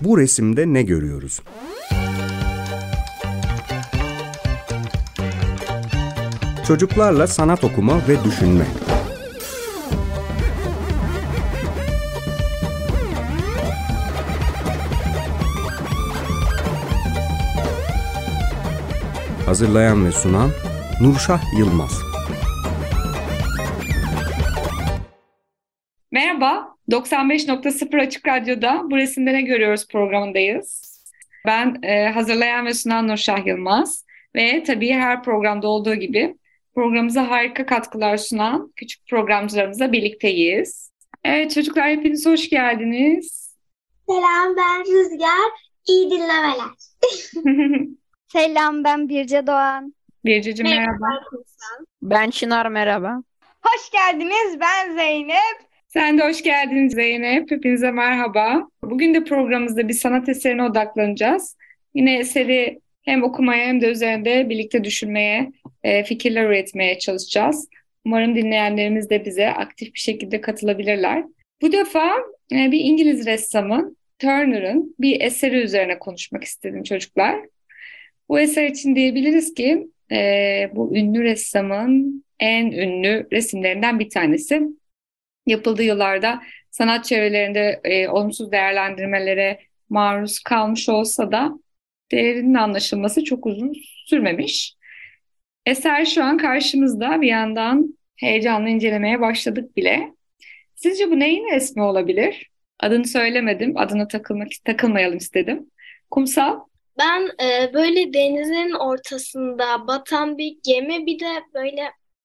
Bu resimde ne görüyoruz? Çocuklarla sanat okuma ve düşünme. Hazırlayan ve sunan Nurşah Yılmaz. Merhaba, 95.0 Açık Radyo'da Bu Resimde Ne Görüyoruz programındayız. Ben hazırlayan ve sunan Nurşah Yılmaz ve tabii her programda olduğu gibi programımıza harika katkılar sunan küçük programcılarımızla birlikteyiz. Evet çocuklar, hepiniz hoş geldiniz. Selam, ben Rüzgar. İyi dinlemeler. Selam, ben Birce Doğan. Birceciğim merhaba. Ben Çınar, merhaba. Hoş geldiniz, ben Zeynep. Sen de hoş geldin Zeynep. Hepinize merhaba. Bugün de programımızda bir sanat eserine odaklanacağız. Yine eseri hem okumaya hem de üzerinde birlikte düşünmeye, fikirler üretmeye çalışacağız. Umarım dinleyenlerimiz de bize aktif bir şekilde katılabilirler. Bu defa bir İngiliz ressamın, Turner'ın bir eseri üzerine konuşmak istedim çocuklar. Bu eser için diyebiliriz ki bu ünlü ressamın en ünlü resimlerinden bir tanesi. Yapıldığı yıllarda sanat çevrelerinde olumsuz değerlendirmelere maruz kalmış olsa da değerinin anlaşılması çok uzun sürmemiş. Eser şu an karşımızda, bir yandan heyecanla incelemeye başladık bile. Sizce bu neyin resmi olabilir? Adını söylemedim, adına takılmayalım istedim. Kumsal? Ben böyle denizin ortasında batan bir gemi, bir de böyle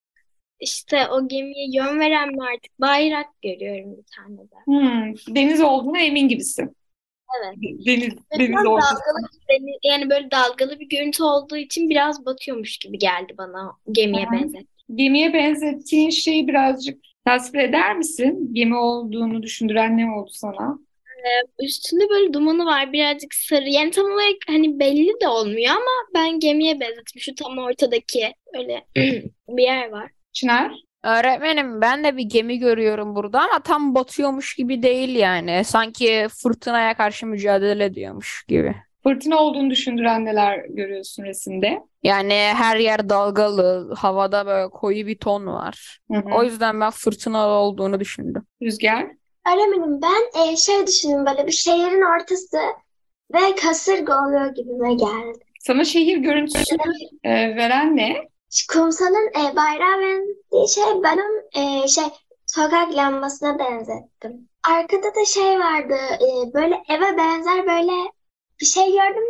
işte o gemiye yön veren mi artık bayrak görüyorum bir tane de. Deniz olduğuna emin gibisin. Evet. Deniz Biraz ortası. yani böyle dalgalı bir görüntü olduğu için biraz batıyormuş gibi geldi bana, gemiye benzer. Gemiye benzettiğin şeyi birazcık tasvir eder misin? Gemi olduğunu düşündüren ne oldu sana? Üstünde böyle dumanı var, birazcık sarı. Yani tam olarak hani belli de olmuyor ama ben gemiye benzettim. Şu tam ortadaki öyle bir yer var. Çınar? Öğretmenim, ben de bir gemi görüyorum burada ama tam batıyormuş gibi değil yani. Sanki fırtınaya karşı mücadele ediyormuş gibi. Fırtına olduğunu düşündüren neler görüyorsun resimde? Yani her yer dalgalı, havada böyle koyu bir ton var. O yüzden ben fırtınalı olduğunu düşündüm. Rüzgar? Öğretmenim, ben düşündüm, böyle bir şehrin ortası ve kasırga oluyor gibime geldi. Sana şehir görüntüsü veren ne? Kumsal'ın bayrağı benzettiği şey, ben onu sokak lambasına benzettim. Arkada da şey vardı, böyle eve benzer böyle bir şey gördüm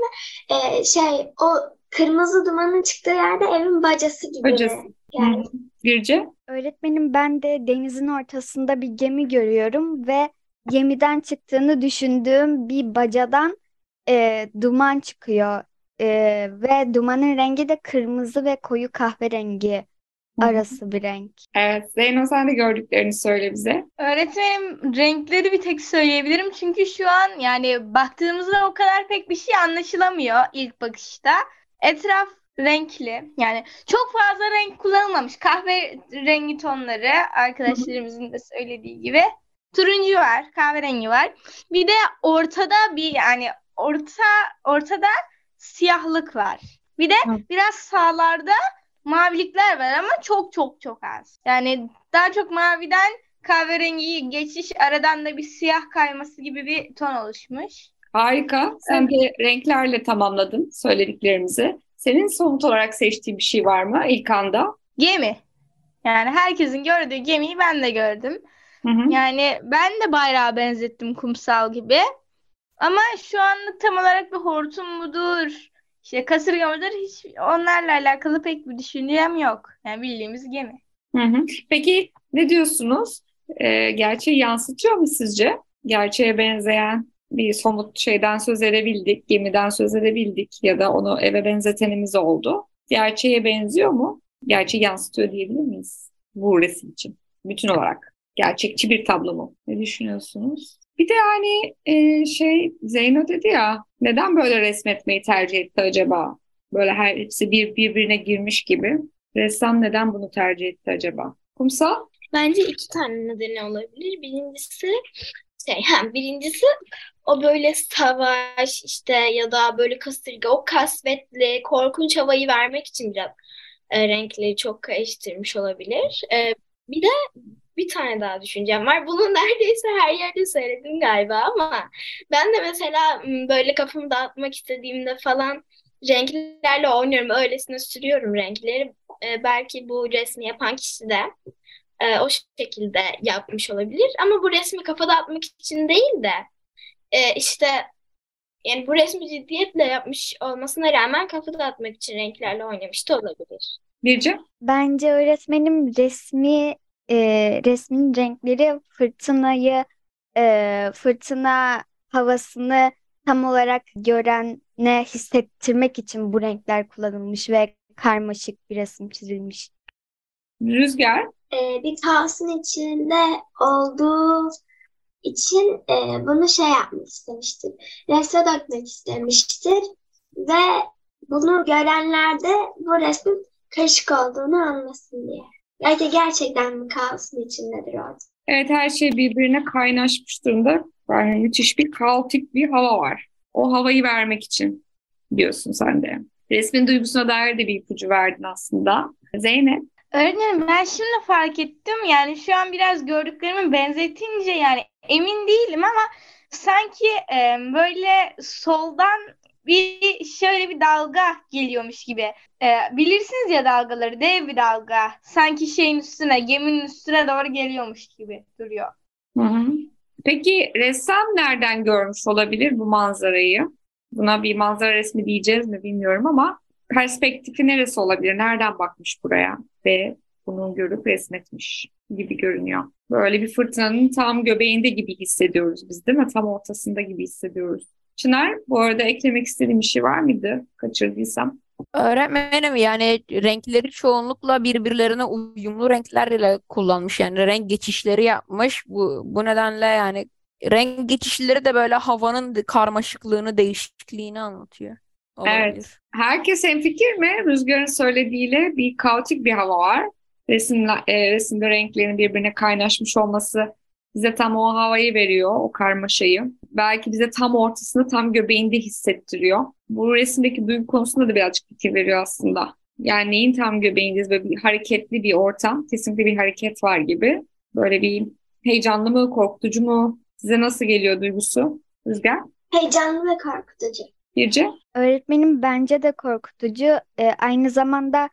de o kırmızı dumanın çıktığı yerde evin bacası gibi. Bacası. Yani. Birce? Öğretmenim, ben de denizin ortasında bir gemi görüyorum ve gemiden çıktığını düşündüğüm bir bacadan duman çıkıyor. Ve dumanın rengi de kırmızı ve koyu kahverengi arası bir renk. Evet, Zeyno, sen de gördüklerini söyle bize. Öğretmenim, renkleri bir tek söyleyebilirim. Çünkü şu an yani baktığımızda o kadar pek bir şey anlaşılamıyor ilk bakışta. Etraf renkli. Yani çok fazla renk kullanılmamış. Kahverengi tonları, arkadaşlarımızın da söylediği gibi. Turuncu var, kahverengi var. Bir de ortada ortada siyahlık var. Bir de biraz sağlarda mavilikler var ama çok çok çok az. Yani daha çok maviden kahverengiye geçiş, aradan da bir siyah kayması gibi bir ton oluşmuş. Harika. Sen de renklerle tamamladın söylediklerimizi. Senin somut olarak seçtiğin bir şey var mı ilk anda? Gemi. Yani herkesin gördüğü gemiyi ben de gördüm. Yani ben de bayrağa benzettim, kumsal gibi. Ama şu anlık tam olarak bir hortum mudur, işte kasırga mıdır, hiç onlarla alakalı pek bir düşüncem yok. Yani bildiğimiz gemi. Peki ne diyorsunuz? Gerçeği yansıtıyor mu sizce? Gerçeğe benzeyen bir somut şeyden söz edebildik, gemiden söz edebildik ya da onu eve benzetenimiz oldu. Gerçeğe benziyor mu? Gerçeği yansıtıyor diyebilir miyiz bu resim için? Bütün olarak gerçekçi bir tablo mu? Ne düşünüyorsunuz? Bir de yani Zeyno dedi ya, neden böyle resmetmeyi tercih etti acaba? Böyle hepsi birbirine girmiş gibi. Ressam neden bunu tercih etti acaba? Kumsal? Bence iki tane nedeni olabilir. Birincisi o böyle savaş işte ya da böyle kasırga, o kasvetli, korkunç havayı vermek için biraz renkleri çok karıştırmış olabilir. Bir de bir tane daha düşüncem var. Bunu neredeyse her yerde söyledim galiba ama ben de mesela böyle kafamı dağıtmak istediğimde falan renklerle oynuyorum. Öylesine sürüyorum renkleri. Belki bu resmi yapan kişi de o şekilde yapmış olabilir. Ama bu resmi kafa dağıtmak için değil de işte yani bu resmi ciddiyetle yapmış olmasına rağmen kafa dağıtmak için renklerle oynamış da olabilir. Birce? Bence öğretmenim resmin renkleri fırtına havasını tam olarak görene hissettirmek için bu renkler kullanılmış ve karmaşık bir resim çizilmiş. Rüzgar? Bir kaosun içinde olduğu için bunu şey yapmak istemiştir. Resme dökmek istemiştir ve bunu görenler de bu resmin karışık olduğunu anlasın diye. Belki gerçekten bir kaosun içindedir orada. Evet, her şey birbirine kaynaşmış durumda. Yani müthiş bir kaotik bir hava var. O havayı vermek için diyorsun sen de. Resmin duygusuna dair de bir ipucu verdin aslında. Zeynep? Öğretmenim ben şimdi fark ettim yani şu an biraz gördüklerimi benzetince yani emin değilim ama sanki böyle soldan şöyle bir dalga geliyormuş gibi. Bilirsiniz ya dalgaları, dev bir dalga sanki geminin üstüne doğru geliyormuş gibi duruyor. Hı hı. Peki ressam nereden görmüş olabilir bu manzarayı? Buna bir manzara resmi diyeceğiz mi bilmiyorum ama perspektifi neresi olabilir? Nereden bakmış buraya ve bunu görüp resmetmiş gibi görünüyor. Böyle bir fırtınanın tam göbeğinde gibi hissediyoruz biz, değil mi? Tam ortasında gibi hissediyoruz. Çınar, bu arada eklemek istediğim bir şey var mıydı? Kaçırdıysam. Öğretmenim yani renkleri çoğunlukla birbirlerine uyumlu renklerle kullanmış. Yani renk geçişleri yapmış. Bu nedenle yani renk geçişleri de böyle havanın karmaşıklığını, değişikliğini anlatıyor. Evet. Olabilir. Herkes hemfikir mi? Rüzgar'ın söylediğiyle bir kaotik bir hava var. Resimde renklerin birbirine kaynaşmış olması bize tam o havayı veriyor, o karmaşayı. Belki bize tam ortasında, tam göbeğinde hissettiriyor. Bu resimdeki duygu konusunda da birazcık fikir veriyor aslında. Yani neyin tam göbeğindeyiz? Böyle bir hareketli bir ortam, kesinlikle bir hareket var gibi. Böyle bir heyecanlı mı, korkutucu mu? Size nasıl geliyor duygusu? Rüzgar? Heyecanlı ve korkutucu. Birce? Öğretmenim bence de korkutucu. Aynı zamanda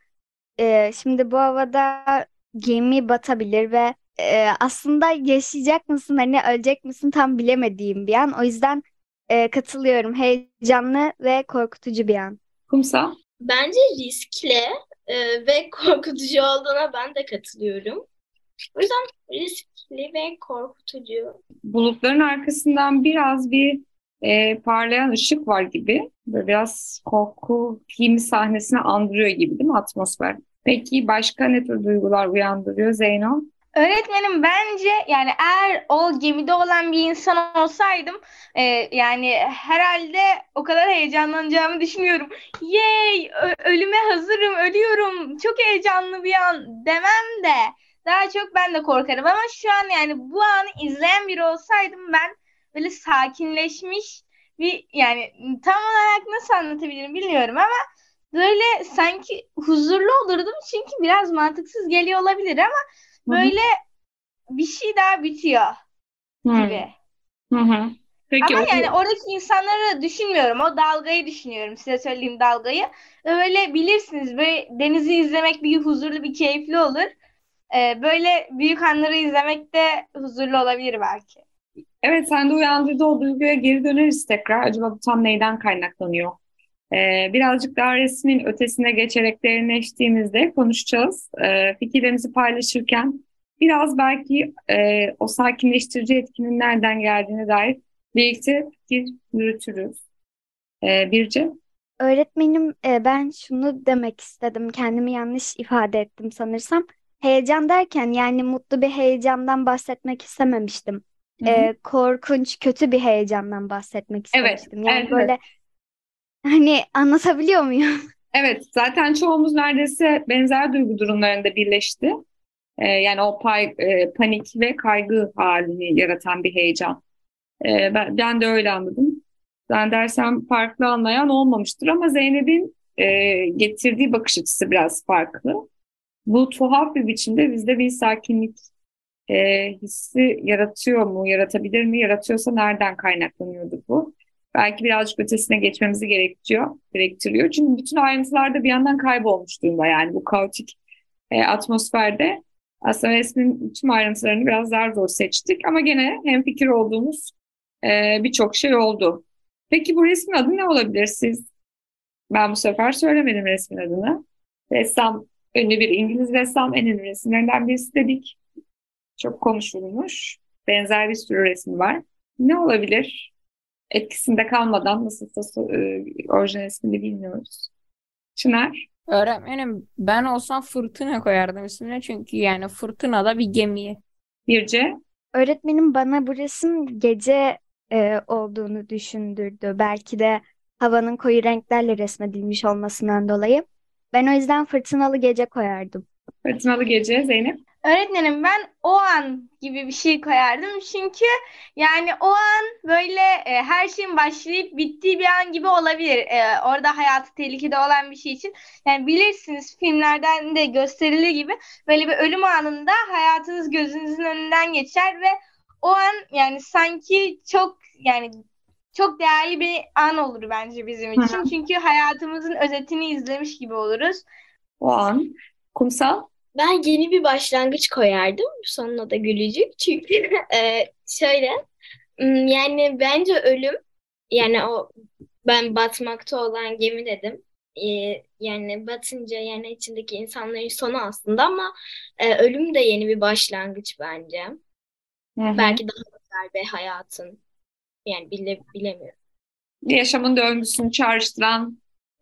şimdi bu havada gemi batabilir ve aslında yaşayacak mısın, hani ölecek misin tam bilemediğim bir an. O yüzden katılıyorum. Heyecanlı ve korkutucu bir an. Kumsal? Bence riskli ve korkutucu olduğuna ben de katılıyorum. O yüzden riskli ve korkutucu. Bulutların arkasından biraz bir parlayan ışık var gibi. Böyle biraz korku film sahnesini andırıyor gibi, değil mi atmosfer? Peki başka ne tür duygular uyandırıyor Zeyno? Öğretmenim bence yani eğer o gemide olan bir insan olsaydım yani herhalde o kadar heyecanlanacağımı düşünüyorum. Yey, ölüme hazırım, ölüyorum. Çok heyecanlı bir an demem de daha çok ben de korkarım ama şu an yani bu anı izleyen biri olsaydım ben böyle sakinleşmiş bir yani tam olarak nasıl anlatabilirim bilmiyorum ama böyle sanki huzurlu olurdum çünkü biraz mantıksız geliyor olabilir ama böyle bir şey daha bitiyor gibi. Hı hı. Peki Ama yani oradaki insanları düşünmüyorum. O dalgayı düşünüyorum. Size söylediğim dalgayı. Öyle bilirsiniz. Böyle denizi izlemek bir huzurlu, bir keyifli olur. Böyle büyük anları izlemek de huzurlu olabilir belki. evet, sende uyandırdığı o duyguya geri döneriz tekrar. Acaba bu tam neyden kaynaklanıyor? Birazcık daha resmin ötesine geçerek derinleştiğimizde konuşacağız. Fikirlerimizi paylaşırken biraz belki o sakinleştirici etkinin nereden geldiğine dair birlikte fikir yürütürüz. Birce? Öğretmenim ben şunu demek istedim. Kendimi yanlış ifade ettim sanırsam. Heyecan derken yani mutlu bir heyecandan bahsetmek istememiştim. Hı hı. Korkunç, kötü bir heyecandan bahsetmek Evet, istemiştim. Yani evet, böyle hani anlatabiliyor muyum? evet. Zaten çoğumuz neredeyse benzer duygu durumlarında birleşti. Yani o panik ve kaygı halini yaratan bir heyecan. Ben de öyle anladım. Ben dersem farklı anlayan olmamıştır ama Zeynep'in getirdiği bakış açısı biraz farklı. Bu tuhaf bir biçimde bizde bir sakinlik hissi yaratıyor mu, yaratabilir mi? Yaratıyorsa nereden kaynaklanıyordu bu? Belki birazcık ötesine geçmemizi gerektiriyor. Çünkü bütün ayrıntılar da bir yandan kaybolmuş durumda. Yani bu kaotik atmosferde aslında resmin tüm ayrıntılarını biraz zar zor seçtik. Ama gene hemfikir olduğumuz birçok şey oldu. Peki bu resmin adı ne olabilir siz? Ben bu sefer söylemedim resmin adını. Ressam, ünlü bir İngiliz ressam, en ünlü resimlerinden birisi dedik. Çok konuşulmuş. Benzer bir sürü resim var. Ne olabilir? Etkisinde kalmadan nasılsa orijinal ismini bilmiyoruz. Çınar, Öğretmenim ben olsam fırtına koyardım ismine çünkü yani fırtına da bir gemi. Birce, Öğretmenim bana bu resim gece olduğunu düşündürdü. Belki de havanın koyu renklerle resmedilmiş olmasından dolayı. Ben o yüzden fırtınalı gece koyardım. Fırtınalı Gece, Zeynep. Öğretmenim ben o an gibi bir şey koyardım. Çünkü yani o an böyle her şeyin başlayıp bittiği bir an gibi olabilir. Orada hayatı tehlikede olan bir şey için. Yani bilirsiniz filmlerden de gösterildiği gibi böyle bir ölüm anında hayatınız gözünüzün önünden geçer ve o an yani sanki çok değerli bir an olur bence bizim Hı için. Çünkü hayatımızın özetini izlemiş gibi oluruz. O an. Kumsal, Ben yeni bir başlangıç koyardım. Sonuna da gülücük. Çünkü şöyle yani bence ölüm yani ben batmakta olan gemi dedim. Yani batınca yani içindeki insanların sonu aslında ama ölüm de yeni bir başlangıç bence. hı hı. Belki daha güzel bir hayatın yani bilemiyorum. Yaşamın döngüsünü çağrıştıran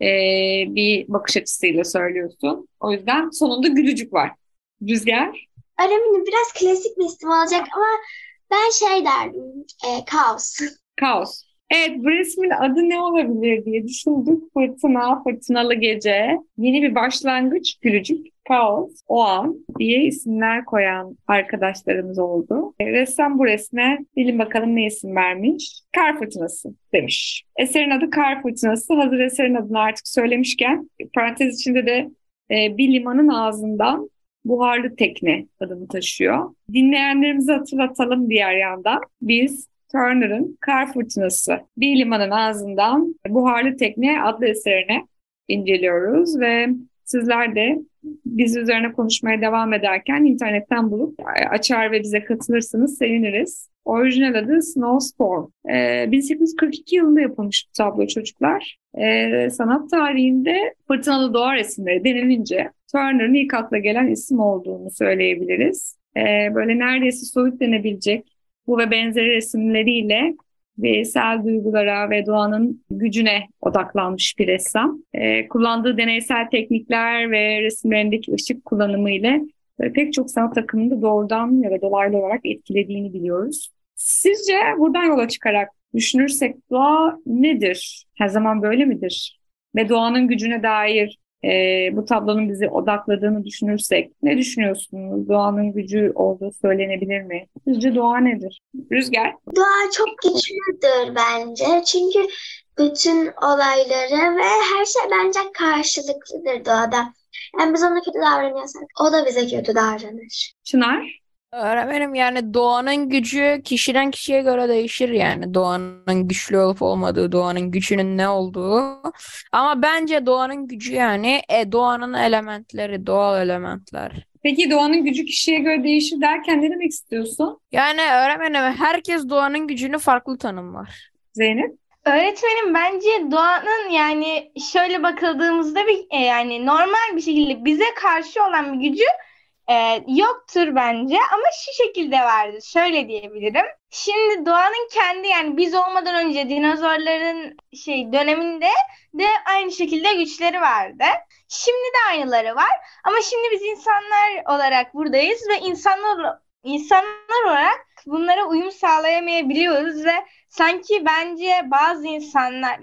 bir bakış açısıyla söylüyorsun. O yüzden sonunda gülücük var. Rüzgar, Öğretmenim biraz klasik bir isim olacak ama ben şey derdim. Kaos. Kaos. Evet, bu resmin adı ne olabilir diye düşündük. Fırtına, Fırtınalı Gece, yeni bir başlangıç, Gülücük, Kaos, O An diye isimler koyan arkadaşlarımız oldu. Ressam bu resme bilin bakalım ne isim vermiş? Kar Fırtınası demiş. Eserin adı Kar Fırtınası. Hazır eserin adını artık söylemişken parantez içinde de bir limanın ağzından buharlı tekne adını taşıyor. Dinleyenlerimize hatırlatalım diğer yandan. Biz Turner'ın Kar Fırtınası, Bir Limanın Ağzından Buharlı Tekne adlı eserini inceliyoruz ve sizler de biz üzerine konuşmaya devam ederken internetten bulup açar ve bize katılırsanız seviniriz. Orijinal adı Snowstorm. 1842 yılında yapılmış bu tablo çocuklar. Sanat tarihinde fırtınalı doğa resimleri denilince Turner'ın ilk akla gelen isim olduğunu söyleyebiliriz. Böyle neredeyse soyut denebilecek bu ve benzeri resimleriyle bireysel duygulara ve doğanın gücüne odaklanmış bir ressam. Kullandığı deneysel teknikler ve resimlerindeki ışık kullanımı ile pek çok sanat akımını doğrudan ya da dolaylı olarak etkilediğini biliyoruz. Sizce buradan yola çıkarak düşünürsek doğa nedir? Her zaman böyle midir? Ve doğanın gücüne dair bu tablonun bizi odakladığını düşünürsek ne düşünüyorsunuz? Doğanın gücü olduğu söylenebilir mi? Sizce doğa nedir? Rüzgar? Doğa çok güçlüdür bence. Çünkü bütün olayları ve her şey bence karşılıklıdır doğada. Yani biz ona kötü davranıyorsak o da bize kötü davranır. Çınar? Öğretmenim yani doğanın gücü kişiden kişiye göre değişir yani. Doğanın güçlü olup olmadığı, doğanın gücünün ne olduğu. Ama bence doğanın gücü yani doğanın elementleri, doğal elementler. Peki doğanın gücü kişiye göre değişir derken ne demek istiyorsun? Yani öğretmenim herkes doğanın gücünü farklı tanımlar. Zeynep? Öğretmenim bence doğanın yani şöyle bakıldığımızda yani normal bir şekilde bize karşı olan bir gücü yoktur bence ama şu şekilde vardır. Şöyle diyebilirim. Şimdi doğanın kendi yani biz olmadan önce dinozorların döneminde de aynı şekilde güçleri vardı. Şimdi de aynıları var ama şimdi biz insanlar olarak buradayız ve insanlar olarak bunlara uyum sağlayamayabiliyoruz ve sanki bence bazı insanlar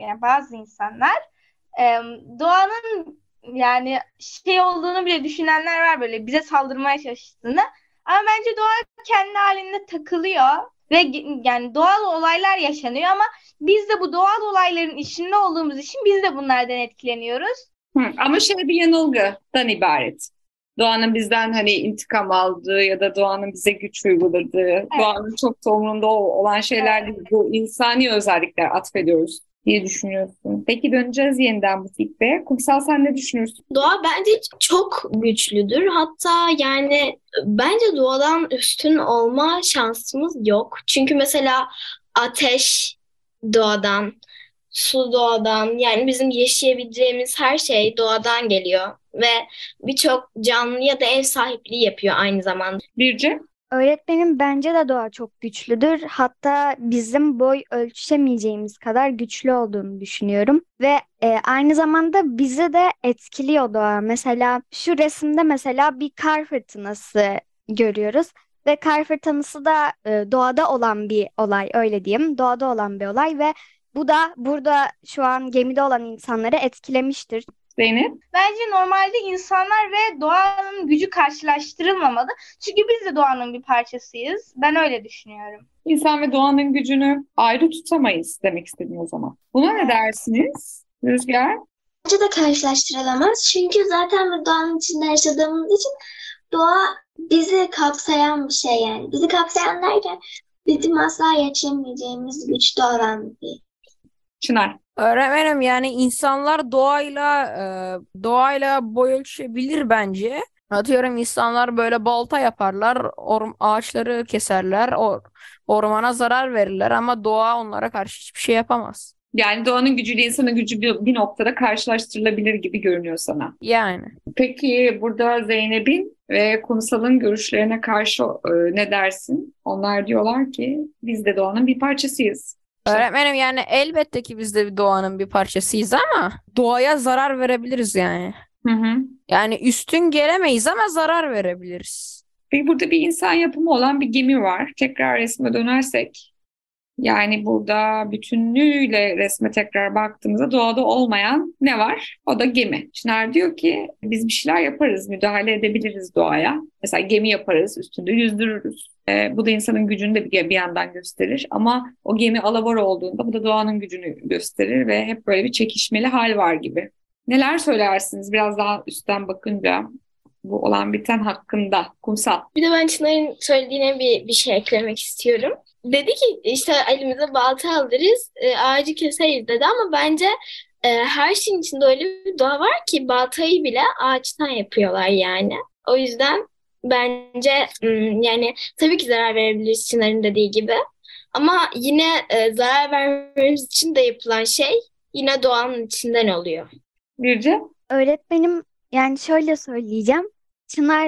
doğanın yani olduğunu bile düşünenler var böyle bize saldırmaya çalıştığını. Ama bence doğa kendi halinde takılıyor ve yani doğal olaylar yaşanıyor ama biz de bu doğal olayların içinde olduğumuz için biz de bunlardan etkileniyoruz. Ama bir yanılgıdan ibaret. Doğanın bizden hani intikam aldığı ya da doğanın bize güç uyguladığı, doğanın çok da umurunda olan şeyler değil. Bu insani özellikler atfediyoruz diye düşünüyorsun. Peki döneceğiz yeniden bu fikre. Kumsal, sen ne düşünürsün? Doğa bence çok güçlüdür. Hatta yani bence doğadan üstün olma şansımız yok. Çünkü mesela ateş doğadan, su doğadan, yani bizim yaşayabileceğimiz her şey doğadan geliyor ve birçok canlıya da ev sahipliği yapıyor aynı zamanda. Birce? Öğretmenim, bence de doğa çok güçlüdür. Hatta bizim boy ölçüşemeyeceğimiz kadar güçlü olduğunu düşünüyorum. Ve aynı zamanda bizi de etkiliyor doğa. Mesela şu resimde mesela bir kar fırtınası görüyoruz. Ve kar fırtınası da doğada olan bir olay, öyle diyeyim. Doğada olan bir olay ve bu da burada şu an gemide olan insanları etkilemiştir. Zeynep? Bence normalde insanlar ve doğanın gücü karşılaştırılmamalı. Çünkü biz de doğanın bir parçasıyız. Ben öyle düşünüyorum. İnsan ve doğanın gücünü ayrı tutamayız demek istedim o zaman. Buna ne dersiniz? Rüzgar? Bence de karşılaştırılamaz. Çünkü zaten bu doğanın içinde yaşadığımız için doğa bizi kapsayan bir şey yani. Bizi kapsayan derken bizim asla yaşayamayacağımız güçte olan bir. Çınar? Öğretmenim, yani insanlar doğayla boy ölçebilir bence. Atıyorum, insanlar böyle balta yaparlar, ağaçları keserler, ormana zarar verirler ama doğa onlara karşı hiçbir şey yapamaz. Yani doğanın gücüyle insanın gücü bir noktada karşılaştırılabilir gibi görünüyor sana. Yani. Peki burada Zeynep'in ve Kumsal'ın görüşlerine karşı ne dersin? Onlar diyorlar ki biz de doğanın bir parçasıyız. Öğretmenim, yani elbette ki biz de bir doğanın bir parçasıyız ama doğaya zarar verebiliriz yani. Hı hı. Yani üstün gelemeyiz ama zarar verebiliriz. Peki burada bir insan yapımı olan bir gemi var. Tekrar resme dönersek, yani burada bütünlüğüyle resme tekrar baktığımızda doğada olmayan ne var? O da gemi. Çınar diyor ki biz bir şeyler yaparız, müdahale edebiliriz doğaya. Mesela gemi yaparız, üstünde yüzdürürüz. Bu da insanın gücünü de bir yandan gösterir. Ama o gemi alabora olduğunda bu da doğanın gücünü gösterir ve hep böyle bir çekişmeli hal var gibi. Neler söylersiniz biraz daha üstten bakınca bu olan biten hakkında? Kumsal. Bir de ben Çınar'ın söylediğine bir şey eklemek istiyorum. Dedi ki işte elimize balta alırız, ağacı keseriz dedi ama bence her şeyin içinde öyle bir doğa var ki baltayı bile ağaçtan yapıyorlar yani. O yüzden bence yani tabii ki zarar verebiliriz Çınar'ın dediği gibi. Ama yine zarar vermemiz için de yapılan şey yine doğanın içinden oluyor. Birce? Öğretmenim, yani şöyle söyleyeceğim. Çınar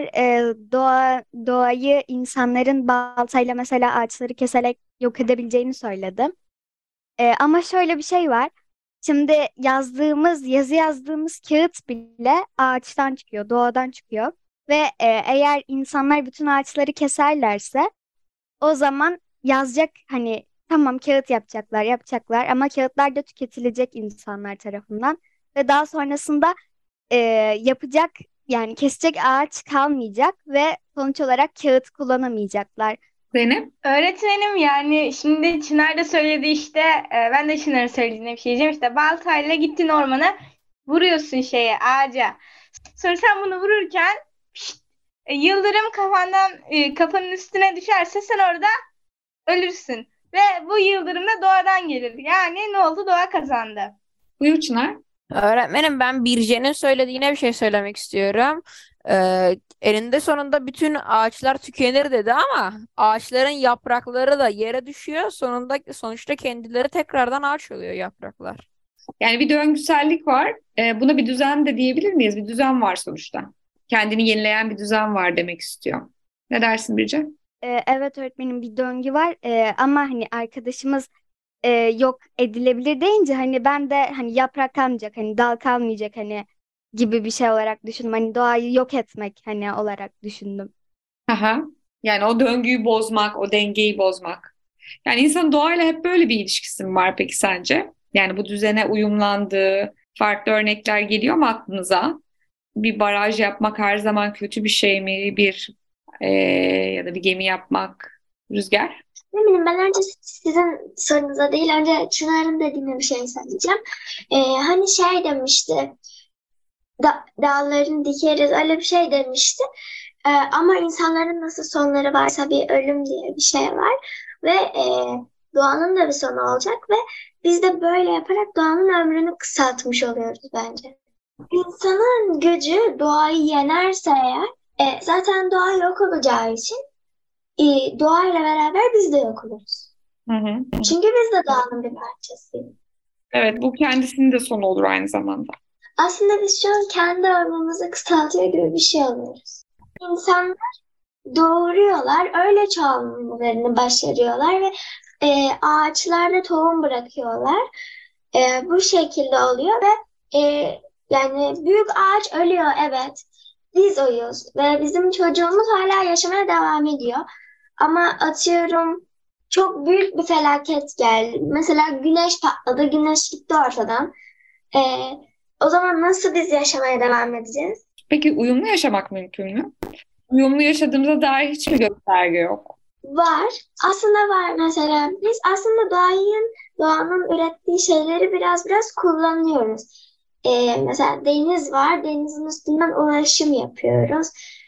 doğayı insanların baltayla mesela ağaçları keserek yok edebileceğini söyledi. Ama şöyle bir şey var. Şimdi yazı yazdığımız kağıt bile ağaçtan çıkıyor, doğadan çıkıyor. Ve eğer insanlar bütün ağaçları keserlerse o zaman yazacak, hani tamam kağıt yapacaklar ama kağıtlar da tüketilecek insanlar tarafından. Ve daha sonrasında yapacak, yani kesecek ağaç kalmayacak ve sonuç olarak kağıt kullanamayacaklar. Zeynep? Öğretmenim, yani şimdi Çınar da söyledi işte, ben de Çınar'ın söylediğine bir şey diyeceğim. İşte baltayla gittin ormana, vuruyorsun ağaca. Sonra sen bunu vururken yıldırım kafanın üstüne düşerse sen orada ölürsün. Ve bu yıldırım da doğadan gelir. Yani ne oldu? Doğa kazandı. Buyur Çınar. Öğretmenim, ben Birce'nin söylediğine bir şey söylemek istiyorum. Eninde sonunda bütün ağaçlar tükenir dedi ama ağaçların yaprakları da yere düşüyor. Sonuçta kendileri tekrardan ağaç oluyor yapraklar. Yani bir döngüsellik var. Buna bir düzen de diyebilir miyiz? Bir düzen var sonuçta. Kendini yenileyen bir düzen var demek istiyor. Ne dersin Birce? Evet öğretmenim, bir döngü var. Ama hani arkadaşımız yok edilebilir deyince hani ben de hani yaprak kalmayacak, hani dal kalmayacak hani gibi bir şey olarak düşündüm. Hani doğayı yok etmek hani olarak düşündüm. Aha. Yani o döngüyü bozmak, o dengeyi bozmak. Yani insanın doğayla hep böyle bir ilişkisi mi var peki sence? Yani bu düzene uyumlandığı farklı örnekler geliyor mu aklınıza? Bir baraj yapmak her zaman kötü bir şey mi? Ya da bir gemi yapmak. Rüzgar? Ne bileyim, ben önce sizin sorunuza değil, önce Çınar'ın dediğine bir şey söyleyeceğim. Hani şey demişti, dağların dikeriz, öyle bir şey demişti. Ama insanların nasıl sonları varsa bir ölüm diye bir şey var. Ve doğanın da bir sonu olacak ve biz de böyle yaparak doğanın ömrünü kısaltmış oluyoruz bence. İnsanın gücü doğayı yenerse eğer, zaten doğa yok olacağı için doğayla beraber biz de yok oluruz. Hı hı. Çünkü biz de doğanın bir parçasıyız. Evet, bu kendisinin de sonu olur aynı zamanda. Aslında biz şu an kendi ömrümüzü kısaltıyor gibi bir şey oluyoruz. İnsanlar doğuruyorlar, öyle çoğalmalarını başarıyorlar ve ağaçlarda tohum bırakıyorlar. Bu şekilde oluyor ve yani büyük ağaç ölüyor, evet. Biz oyuz ve bizim çocuğumuz hala yaşamaya devam ediyor. Ama atıyorum, çok büyük bir felaket geldi. Mesela güneş patladı, güneş gitti ortadan. E, O zaman nasıl biz yaşamaya devam edeceğiz? Peki uyumlu yaşamak mümkün mü? Uyumlu yaşadığımıza dair hiçbir gösterge yok. Var. Aslında var mesela. Biz aslında doğanın ürettiği şeyleri biraz kullanıyoruz. Mesela deniz var. Denizin üstünden ulaşım yapıyoruz.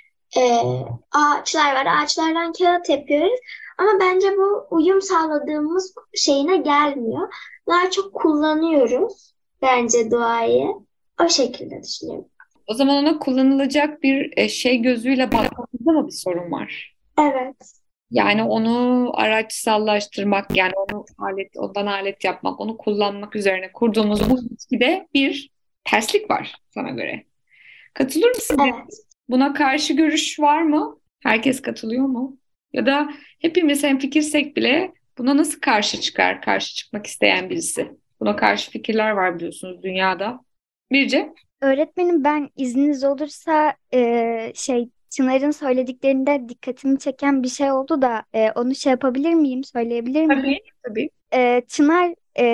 Ağaçlar var. Ağaçlardan kağıt yapıyoruz. Ama bence bu uyum sağladığımız şeyine gelmiyor. Daha çok kullanıyoruz bence doğayı. O şekilde düşünüyorum. O zaman ona kullanılacak bir şey gözüyle bakmamızda mı bir sorun var? Evet. Yani onu araçsallaştırmak, yani ondan alet yapmak, onu kullanmak üzerine kurduğumuz bu ilişkide bir terslik var sana göre. Katılır mısın? Evet. Buna karşı görüş var mı? Herkes katılıyor mu? Ya da hepimiz hemfikirsek bile buna nasıl karşı çıkmak isteyen birisi? Buna karşı fikirler var biliyorsunuz dünyada. Birce? Öğretmenim, ben izniniz olursa Çınar'ın söylediklerinde dikkatimi çeken bir şey oldu da onu şey yapabilir miyim, söyleyebilir miyim? Tabii, tabii. Çınar,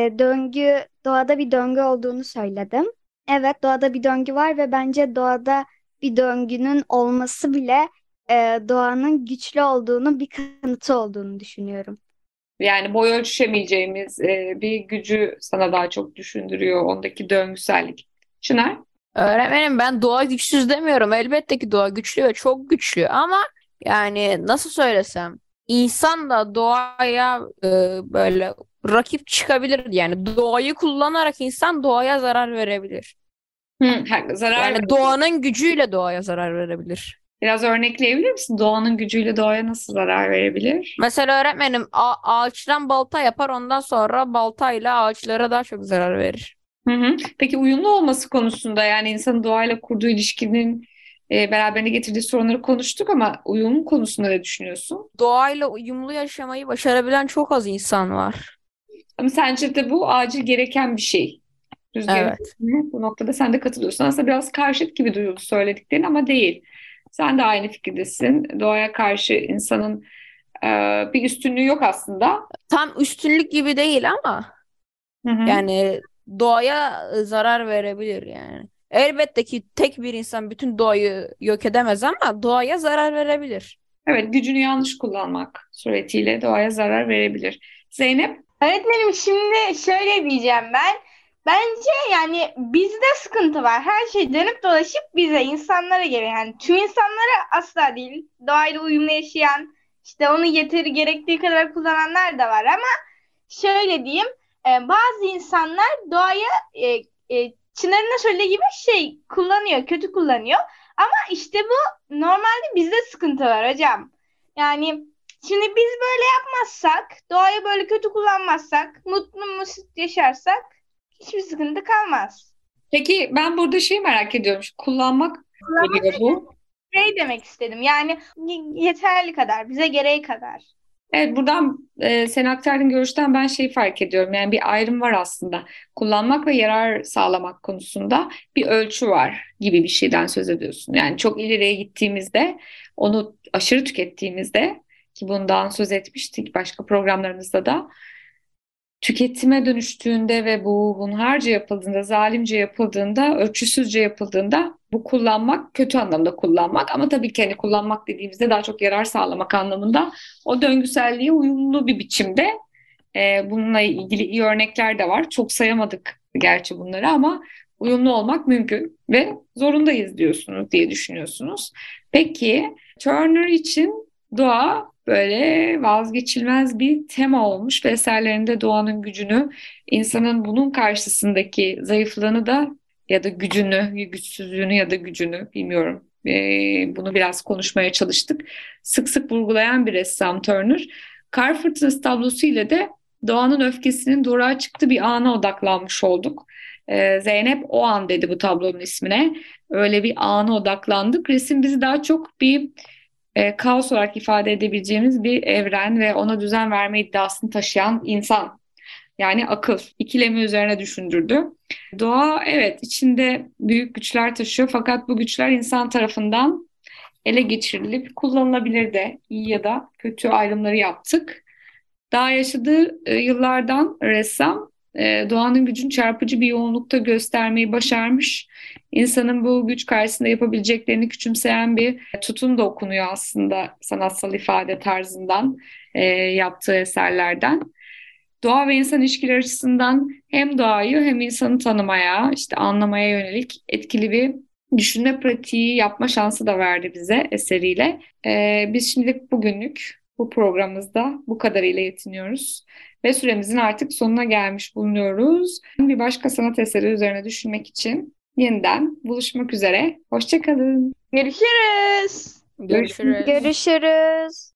doğada bir döngü olduğunu söyledim. Evet, doğada bir döngü var ve bence doğada bir döngünün olması bile doğanın güçlü olduğunu, bir kanıtı olduğunu düşünüyorum. Yani boy ölçüşemeyeceğimiz bir gücü sana daha çok düşündürüyor ondaki döngüsellik. Çınar? Öğretmenim, ben doğa güçsüz demiyorum. Elbette ki doğa güçlü ve çok güçlü ama yani nasıl söylesem, insan da doğaya böyle rakip çıkabilir. Yani doğayı kullanarak insan doğaya zarar verebilir. Zarar Yani doğanın gücüyle doğaya zarar verebilir. Biraz örnekleyebilir misin? Doğanın gücüyle doğaya nasıl zarar verebilir? Mesela öğretmenim, ağaçtan balta yapar, ondan sonra baltayla ağaçlara daha çok zarar verir. Hı hı. Peki uyumlu olması konusunda, yani insanın doğayla kurduğu ilişkinin beraberinde getirdiği sorunları konuştuk ama uyum konusunda ne düşünüyorsun? Doğayla uyumlu yaşamayı başarabilen çok az insan var. Ama sence de bu acil gereken bir şey. Rüzgar'ın Evet. bu noktada sen de katılıyorsun. Aslında biraz karşıt gibi duyuldu söylediklerin ama değil. Sen de aynı fikirdesin. Doğaya karşı insanın bir üstünlüğü yok aslında. Tam üstünlük gibi değil ama Hı hı. yani doğaya zarar verebilir yani. Elbette ki tek bir insan bütün doğayı yok edemez ama doğaya zarar verebilir. Evet, gücünü yanlış kullanmak suretiyle doğaya zarar verebilir. Zeynep? Öğretmenim, şimdi şöyle diyeceğim ben. Bence yani bizde sıkıntı var. Her şey dönüp dolaşıp bize, insanlara geliyor. Yani tüm insanlara asla değil. Doğayla uyumlu yaşayan, işte onu yeteri gerektiği kadar kullananlar da var ama şöyle diyeyim. Bazı insanlar doğaya Çınar'ın da söylediği gibi şey kullanıyor, kötü kullanıyor. Ama işte bu normalde bizde sıkıntı var hocam. Yani şimdi biz böyle yapmazsak, doğayı böyle kötü kullanmazsak, mutlu mesut yaşarsak hiçbir sıkıntı kalmaz. Peki ben burada şeyi merak ediyorum. Kullanmak geliyor bu. Şey demek istedim yani yeterli kadar, bize gereği kadar. Evet, buradan senin aktardığın görüşten ben şeyi fark ediyorum. Yani bir ayrım var aslında. Kullanmak ve yarar sağlamak konusunda bir ölçü var gibi bir şeyden söz ediyorsun. Yani çok ileriye gittiğimizde, onu aşırı tükettiğimizde, ki bundan söz etmiştik başka programlarımızda da, tüketime dönüştüğünde ve bu hunharca yapıldığında, zalimce yapıldığında, ölçüsüzce yapıldığında bu kullanmak, kötü anlamda kullanmak ama tabii ki hani kullanmak dediğimizde daha çok yarar sağlamak anlamında o döngüselliğe uyumlu bir biçimde bununla ilgili iyi örnekler de var. Çok sayamadık gerçi bunları ama uyumlu olmak mümkün ve zorundayız diyorsunuz diye düşünüyorsunuz. Peki Turner için doğa böyle vazgeçilmez bir tema olmuş ve eserlerinde doğanın gücünü, insanın bunun karşısındaki zayıflığını da ya da gücünü, güçsüzlüğünü ya da gücünü bilmiyorum. Bunu biraz konuşmaya çalıştık. Sık sık vurgulayan bir ressam Turner. Kar Fırtınası tablosu ile de doğanın öfkesinin doğruğa çıktığı bir ana odaklanmış olduk. Zeynep o an dedi bu tablonun ismine. Öyle bir ana odaklandık. Resim bizi daha çok bir kaos olarak ifade edebileceğimiz bir evren ve ona düzen verme iddiasını taşıyan insan. Yani akıl ikilemi üzerine düşündürdü. Doğa evet içinde büyük güçler taşıyor fakat bu güçler insan tarafından ele geçirilip kullanılabilir de iyi ya da kötü ayrımları yaptık. Daha yaşadığı yıllardan ressam doğanın gücünü çarpıcı bir yoğunlukta göstermeyi başarmış. İnsanın bu güç karşısında yapabileceklerini küçümseyen bir tutum da okunuyor aslında sanatsal ifade tarzından yaptığı eserlerden. Doğa ve insan ilişkileri açısından hem doğayı hem insanı tanımaya, işte anlamaya yönelik etkili bir düşünme pratiği yapma şansı da verdi bize eseriyle. Biz şimdilik bugünlük bu programımızda bu kadarıyla yetiniyoruz. Ve süremizin artık sonuna gelmiş bulunuyoruz. Bir başka sanat eseri üzerine düşünmek için yeniden buluşmak üzere. Hoşça kalın. Görüşürüz. Görüşürüz. Görüşürüz.